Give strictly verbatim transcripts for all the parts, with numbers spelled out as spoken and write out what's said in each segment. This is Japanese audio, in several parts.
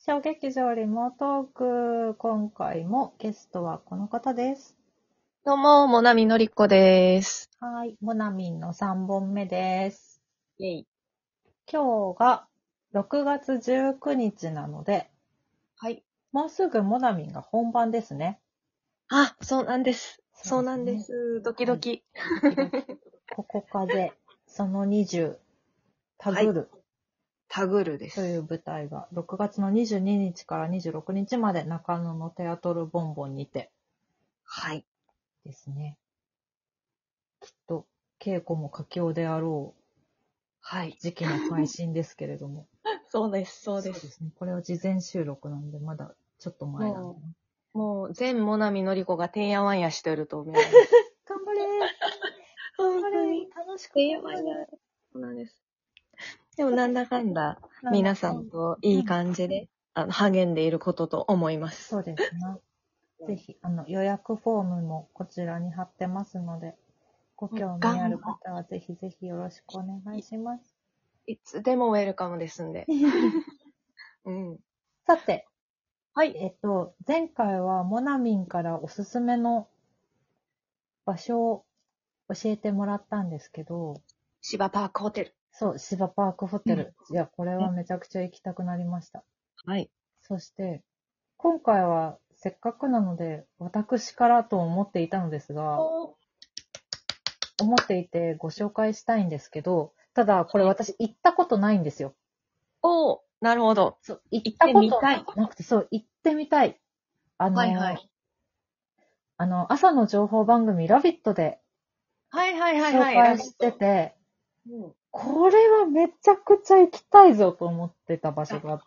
小劇場リモートーク、今回もゲストはこの方です。 どうも、もなみのりこです。 はい、モナミンのさんぼんめです。 イェイ。 今日がろくがつじゅうくにちなので、 はい。 もうすぐモナミンが本番ですね。 あ、そうなんです。そうなんねです。ドキドキ。 ドキドキここ風、そのにじゅう、タグルタグルです。 という舞台がろくがつのにじゅうににちからにじゅうろくにちまで中野のテアトルボンボンにてはい。 ですね。きっと稽古も佳境であろうはい。 時期の配信ですけれども。 そうです、そうです。 そうですね。これは事前収録なんで、まだちょっと前なんでもね。 う、もう、全もなみのりこがてんやわんやしてると思います。 頑張れー頑張れー本当に。 楽しくてんや頑張れわんや。そうなんです。でも、なんだかんだ、皆さんといい感じで、あの、励んでいることと思います。 そうですね。ぜひ、あの、予約フォームもこちらに貼ってますので、ご興味ある方はぜひぜひよろしくお願いします。 いつでもウェルカムですんで。うん。 さて、 はい。 えっと、前回はモナミンからおすすめの場所を教えてもらったんですけど、 芝パークホテル。 そう、芝パークホテル。いや、これはめちゃくちゃ行きたくなりました。 はい。 そして、今回はせっかくなので、私からと思っていたのですが、思っていてご紹介したいんですけど、ただこれ私行ったことないんですよ。 おー、なるほど。 そう、行っ行ってたことみたい。 なくて、そう、行ってみたい。あの、 はいはい。 あの、朝の情報番組ラビットではいはいはい紹はい。ラ介してビット。 て、 うん。 これはめちゃくちゃ行きたいぞと思ってた場所があって、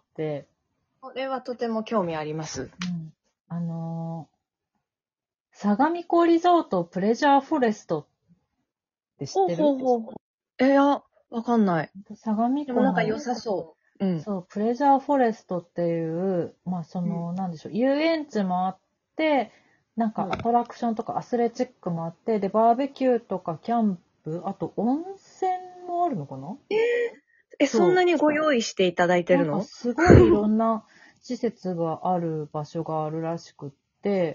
これはとても興味あります。 うん、あの相模湖リゾートプレジャーフォレストって知っほうてる？ ほうほうほう。え、いや、わかんない。 相模でも湖の、 なんか良さそう。うん。 そう、プレジャーフォレストっていう、まあそうん。 の、なんでしょう、遊園地もあって、なんかアトラクションとかアスレチックもあって、で、バーベキューとかキャンプ、あと温泉もあるのかな？ え、そんそう。 なにご用意していただいてなんかるの？ すごいいろんな施設がある場所があるらしくって、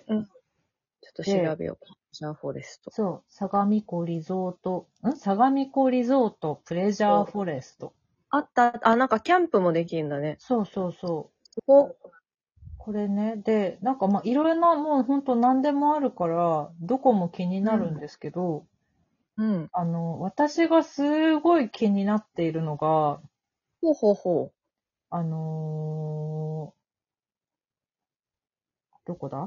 うん。ちょっと調で、 べよう。ジャーフォレスト。 そう、相模湖リゾート、ん相模湖リゾートプレジャーフォレスト。 あった、あ、なんかキャンプもできるんだね。 そうそうそう。 お、 これね、で、なんかまあいろいろな、もうほんと何でもあるから、どこも気になるんですけど、 うん。 あの、私がすごい気になっているのが、 ほうほうほあのーどこだ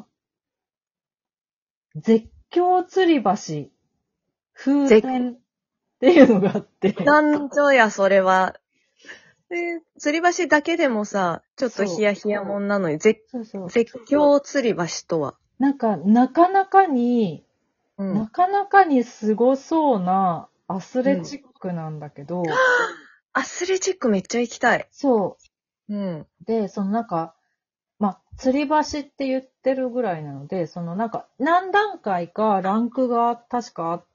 絶叫吊り橋う。ぜ、 風船っていうのがあって、 なんぞや、それは。で、吊り橋だけでもさ、ちょっとヒそう、 ヤヒヤもんなのに、絶、 そうそう。 絶叫吊り橋とは。 なんか、なかなかに、 うん。 なかなかにすごそうなアスレうん。 チックなんだけど、 アスレチックめっちゃ行きたい。 そうん。 う。で、そのなんか、まあ、吊り橋って言ってるぐらいなので、そのなんか、何段階かランクが確かあって、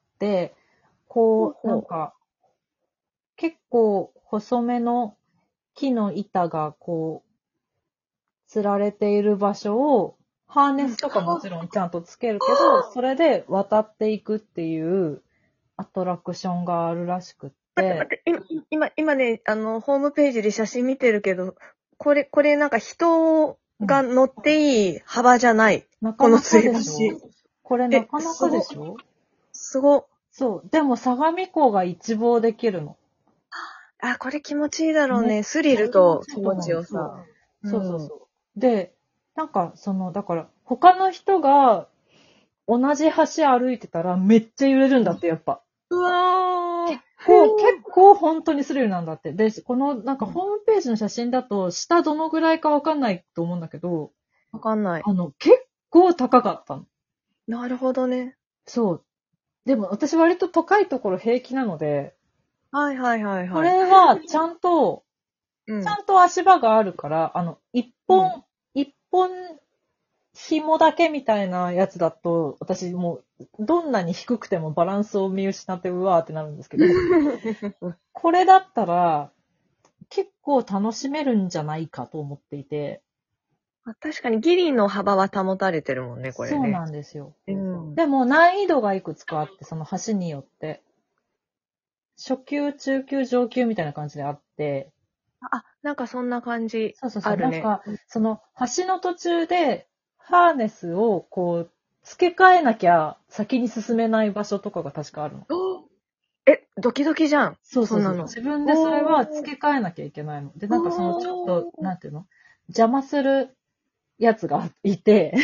こう、なんほうほか、結構細めの木の板がこう、吊られている場所を、ハーネスとかもちろんちゃんとつけるけど、それで渡っていくっていうアトラクションがあるらしくっう。待ってて、 待って、今、今、今ね、あの、ホームページで写真見てるけど、これ、これなんか人がうん、 乗っていい幅じゃない。 なかこのなかで吊りしょ？ 橋。 これなえ、 かなすご、 かでしょ？ すご。 そう。でも相模湖が一望できるの。 あ、これ気持ちいいだろうめっね。スリちゃ気持ルと気ちいいと思う。 持ちよさ。 そう。 うん。 そうそうそう。で、なんか、その、だから、他の人が同じ橋歩いてたらめっちゃ揺れるんだって、やっぱ。 うわー。 こう、結構本当にスリルなんだって。で、このなんかうん。 ホームページの写真だと、下どのぐらいかわかんないと思うんだけど、 わかんない。 あの、結構高かったの。 なるほどね。 そう。でも私割と高いところ平気なので、 はいはいはいこはい。 れはちゃんと、 うん。 ちゃんと足場があるから、あの、一うん。 本、一本紐だけみたいなやつだと、私もう、どんなに低くてもバランスを見失ってうわーってなるんですけど、これだったら、結構楽しめるんじゃないかと思っていて。 あ、確かにギリの幅は保たれてるもんね、これね。 そうなんですよ。 うん。 でも難易度がいくつかあって、その橋によって。初級、中級、上級みたいな感じであって、 あ、なんかそんな感じそうそうそう。 あるね。 なんか、その橋の途中で、ハーネスをこう、付け替えなきゃ先に進めない場所とかが確かあるの。 おえ、ドキドキじゃん。 そうそうそう。 そんなの。 自分でそれは付け替えなきゃいけないの。で、なんかそのちょっと、 おー。 なんていうの邪魔するやつがいて、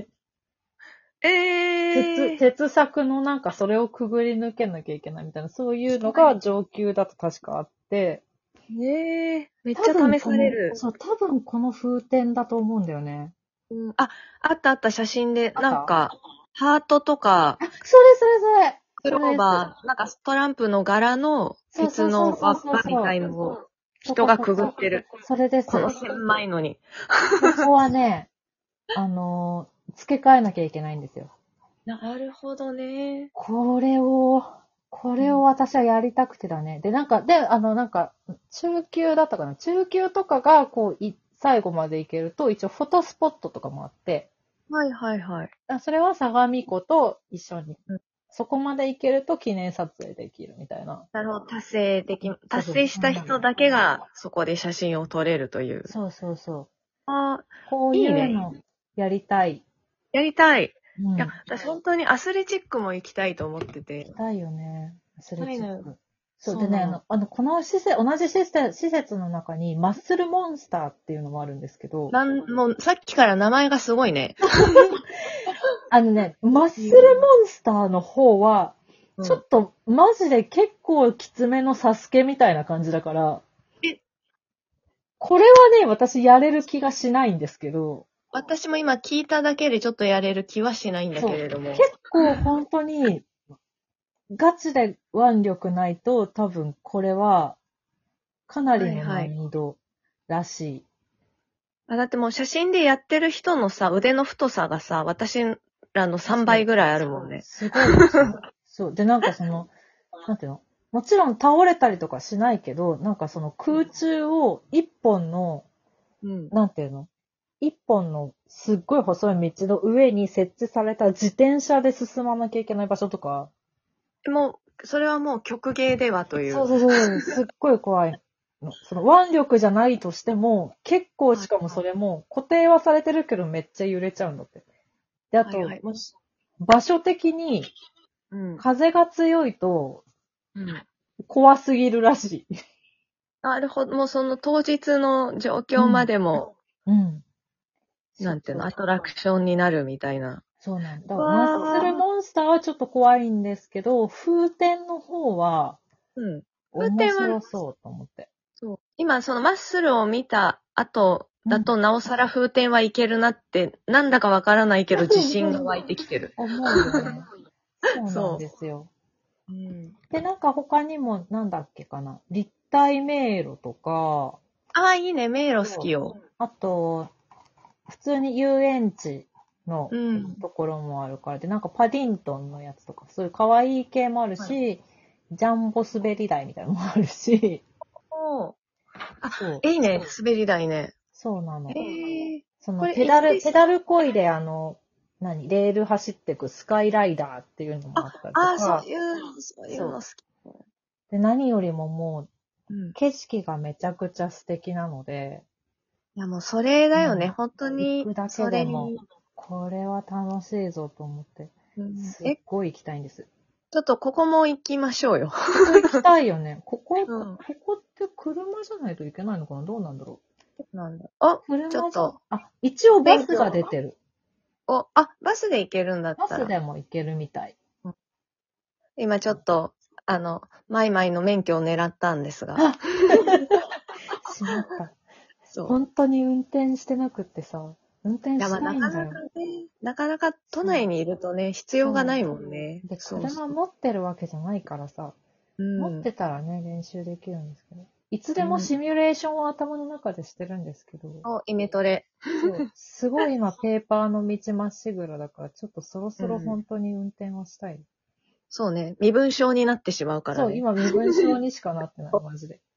鉄、 えー。 鉄柵のなんかそれをくぐり抜けなきゃいけないみたいな、そういうのが上級だと確かあって、 ねえ、めっち多ゃ試分この、 される。 そう、多分この風天だと思うんだよね。 うん、あ、あったあった写真で、 あったなんか、ハートとか、 あ、それそれそれクロそれです。 ーバー、なんかトランプの柄のそうそう鉄のそうそう輪っかみそうそう。 たいのをそこそ人がくぐっこ。 てる。 それです。 この狭いのに。 ここはね、あのー付け替えなきゃいけないんですよ。 なるほどね。 これを、これを私はやりたくてだね。で、なんか、で、あの、なんか、中級だったかな中級とかが、こう、い、最後まで行けると、一応フォトスポットとかもあって、 はいはいはい。 あそれは相模湖と一緒に、 うん、 そこまで行けると記念撮影できるみたいな。 なるほど、達成的、 そうそう達成した人だけがそこで写真を撮れるという。 そうそうそう。 ああ、 こういいいね。 うのやりたい。 やりたい。いうん。 や、 行私本当にアスレチックも行きたいと思ってて。 きたいよね。アスレチッないのク。そう。でね、 そうなの。 あの、あのこの施設、同じ施設施設の中にマッスルモンスターっていうのもあるんですけど、 なん、もう、さっきから名前がすごいね。 あのね、マッスルモンスターの方は、 うん、 ちょっとマジで結構きつめのサスケみたいな感じだから、 え、 これはね、私やれる気がしないんですけど、 私も今聞いただけでちょっとやれる気はしないんだそう。 けれども。 結構本当にガチで腕力ないと多分これはかなりのはいはい。 難易度らしい。 あ、だってもう写真でやってる人のさ、腕の太さがさ、私らのさんばいそう。 ぐらいあるもんね。 すごいでしょ。そう。で、なんかその、なんていうのもちろん倒れたりとかしないけど、なんかその空中を一本の、 うん。 なんていうの一本のすっごい細い道の上に設置された自転車で進まなきゃいけない場所とか、 もう、それはもう曲芸ではという。 そうそうそうそう、すっごい怖いの。その腕力じゃないとしても、結構はいしかもそれも固定はされてるけどめっちゃ揺れちゃうんだって。で、あと、 はいはい。もし、 場所的にうん。 風が強いとうん。 怖すぎるらしい。 なるほど。もうその当日の状況まうん。 でも、 うん。そうなんていうの、アそう。 トラクションになるみたいな。 そうなんだ。マッスわー。 ルモンスターはちょっと怖いんですけど、風天の方はうん。風面天は、 白そうと思って。 そう。今、そのマッスルを見た後うん。 だと、なおさら風天はいけるなって、なんだかわからないけど、自信が湧いてきてる。 思うよね。そうなんそですよ。 う。うん。 で、なんか他にも、なんだっけかな。立体迷路とか、 ああ、いいね。迷路好きよ。 あと、普通に遊園地のうん。 ところもあるから、で、なんかパディントンのやつとか、そういう可愛い系もあるはい。 し、ジャンボ滑り台みたいなのもあるし、 おー。あ、 そう、 いいね。滑り台ね。 そうなの。 へえ。 そのこれ、 ペダル、 行ってし、 ペダル漕いであの、何、レール走ってくスカイライダーっていうのもああ、 ったりとあー、そうか、 いう、そういうそう。 の好き。 で、何よりももう、 うん。 景色がめちゃくちゃ素敵なので、 いや、もうそれだよね。 うん。 本当行に、 くだけそれでも、 に。 これは楽しいぞと思って、 うん、 すっえ、 ごい行きたいんです。 ちょっとここも行きましょうよ。 ここ行きたいよね。ここ、 うん。 ここって車じゃないといけないのかなどうなんだろなんだ。あ、 う。車じゃ、 ちょっと、 あ、一応バ勉強。 スが出てる。 お、あ、バスで行けるんだっバスたら。 でも行けるみたい。 うん、今ちょっと、あの、マイマイの免許を狙ったんですが。 あしまった。 そう。 本当に運転してなくってさ、運転いや、ましあ、なかなかたいんだよ。 ね、なかなか都そう。 内にいるとね、必要がなそいもんね。 う。で、 そうそ車持ってるわけじゃないからさ、 う。 持っうん。 てたらね、練習できるんですけど。いつでもうん。 シミュレーションを頭の中でしてるんですけど、 お、イメトレ。 そう、すごい今ペーパーの道まっしぐらだから、ちょっとそろそろうん。 本当に運転をしたい。 そうね。身分証になってしまうからそう、 ね。 今身分証にしかなってない、マジで。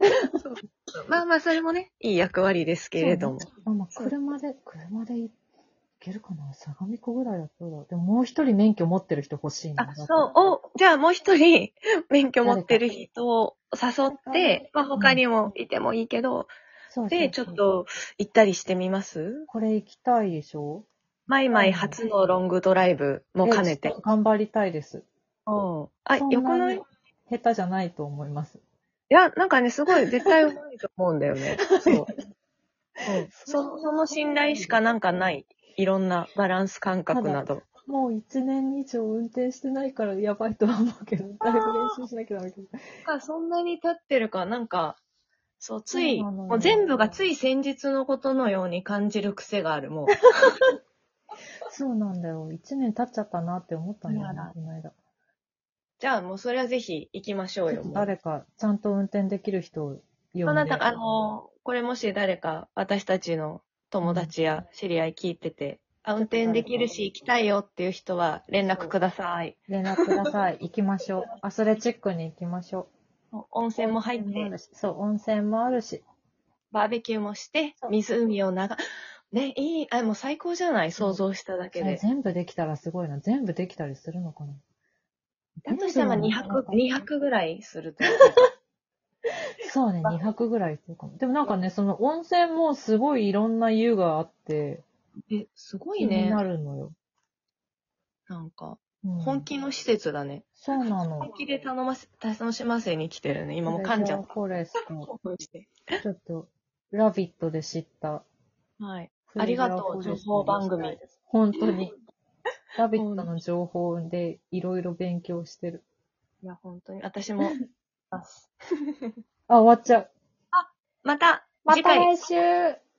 まあまあ、それもね、いい役割ですけれども。 まあまあ、車で、車で行けるかな相模湖ぐらいだったら。でももう一人免許持ってる人欲しいな。 あ、そう。お、じゃあもう一人、免許持ってる人を誘って、まあ他にもいてもいいけど、 そうそうそうで、ちょっと行ったりしてみます？ これ行きたいでしょマイマイ初のロングドライブも兼ねてえちょっ。と頑張りたいです。 うん。あ、 そん横の、 なにい下手じゃないと思います。 や、なんかね、すごい絶対うまいと思うんだよね。そう。うん。そその信頼しかなんかない。いろんなバランス感覚など。 もう一年以上運転してないからやばいとは思うけど、だいぶ練習しなきゃダメけど。 か、そんなに経ってるか、なんか、そう、つい、 そうなのよもう全部がつい先日のことのように感じる癖がある、もう。 そうなんだよ。一年経っちゃったなって思ったんだよねあらら、 この間。 じゃあもうそれはぜひ行きましょうよ、もう。 誰かちゃんと運転できる人を呼んで。 あなた、あの、これもし誰か私たちの友達や知り合い聞いてて、あ、運転できるし行きたいよっていう人は連絡ください。 連絡ください。行きましょう。アスレチックに行きましょう。 温泉も入って、 温泉もあるし。そう、温泉もあるし。 バーベキューもしてそ、う湖を流、ね、いい、あ、もう最高じゃない想像しただけそれで。 全部できたらすごいな。全部できたりするのかな。 だとしたら全部にはく、にはくぐらいすると。 そうね、にはくぐらいするかも。でもなんかね、その温泉もすごいいろんな湯があって、 え、すごい気にね。 なるのよ。 なんか、 うん、 本気の施設だね。 そうなの。 本気で頼ませ、楽しませに来てるね。今もう噛んじゃった。 フォレスト。 興奮して。 ちょっと、ラビットで知った。 はい。ありがとう、情報番組。 本当に。ラビットの情報でいろいろ勉強してる。 いや、本当に。私も。 あ、終わっちゃう。 また、 また次回。 来週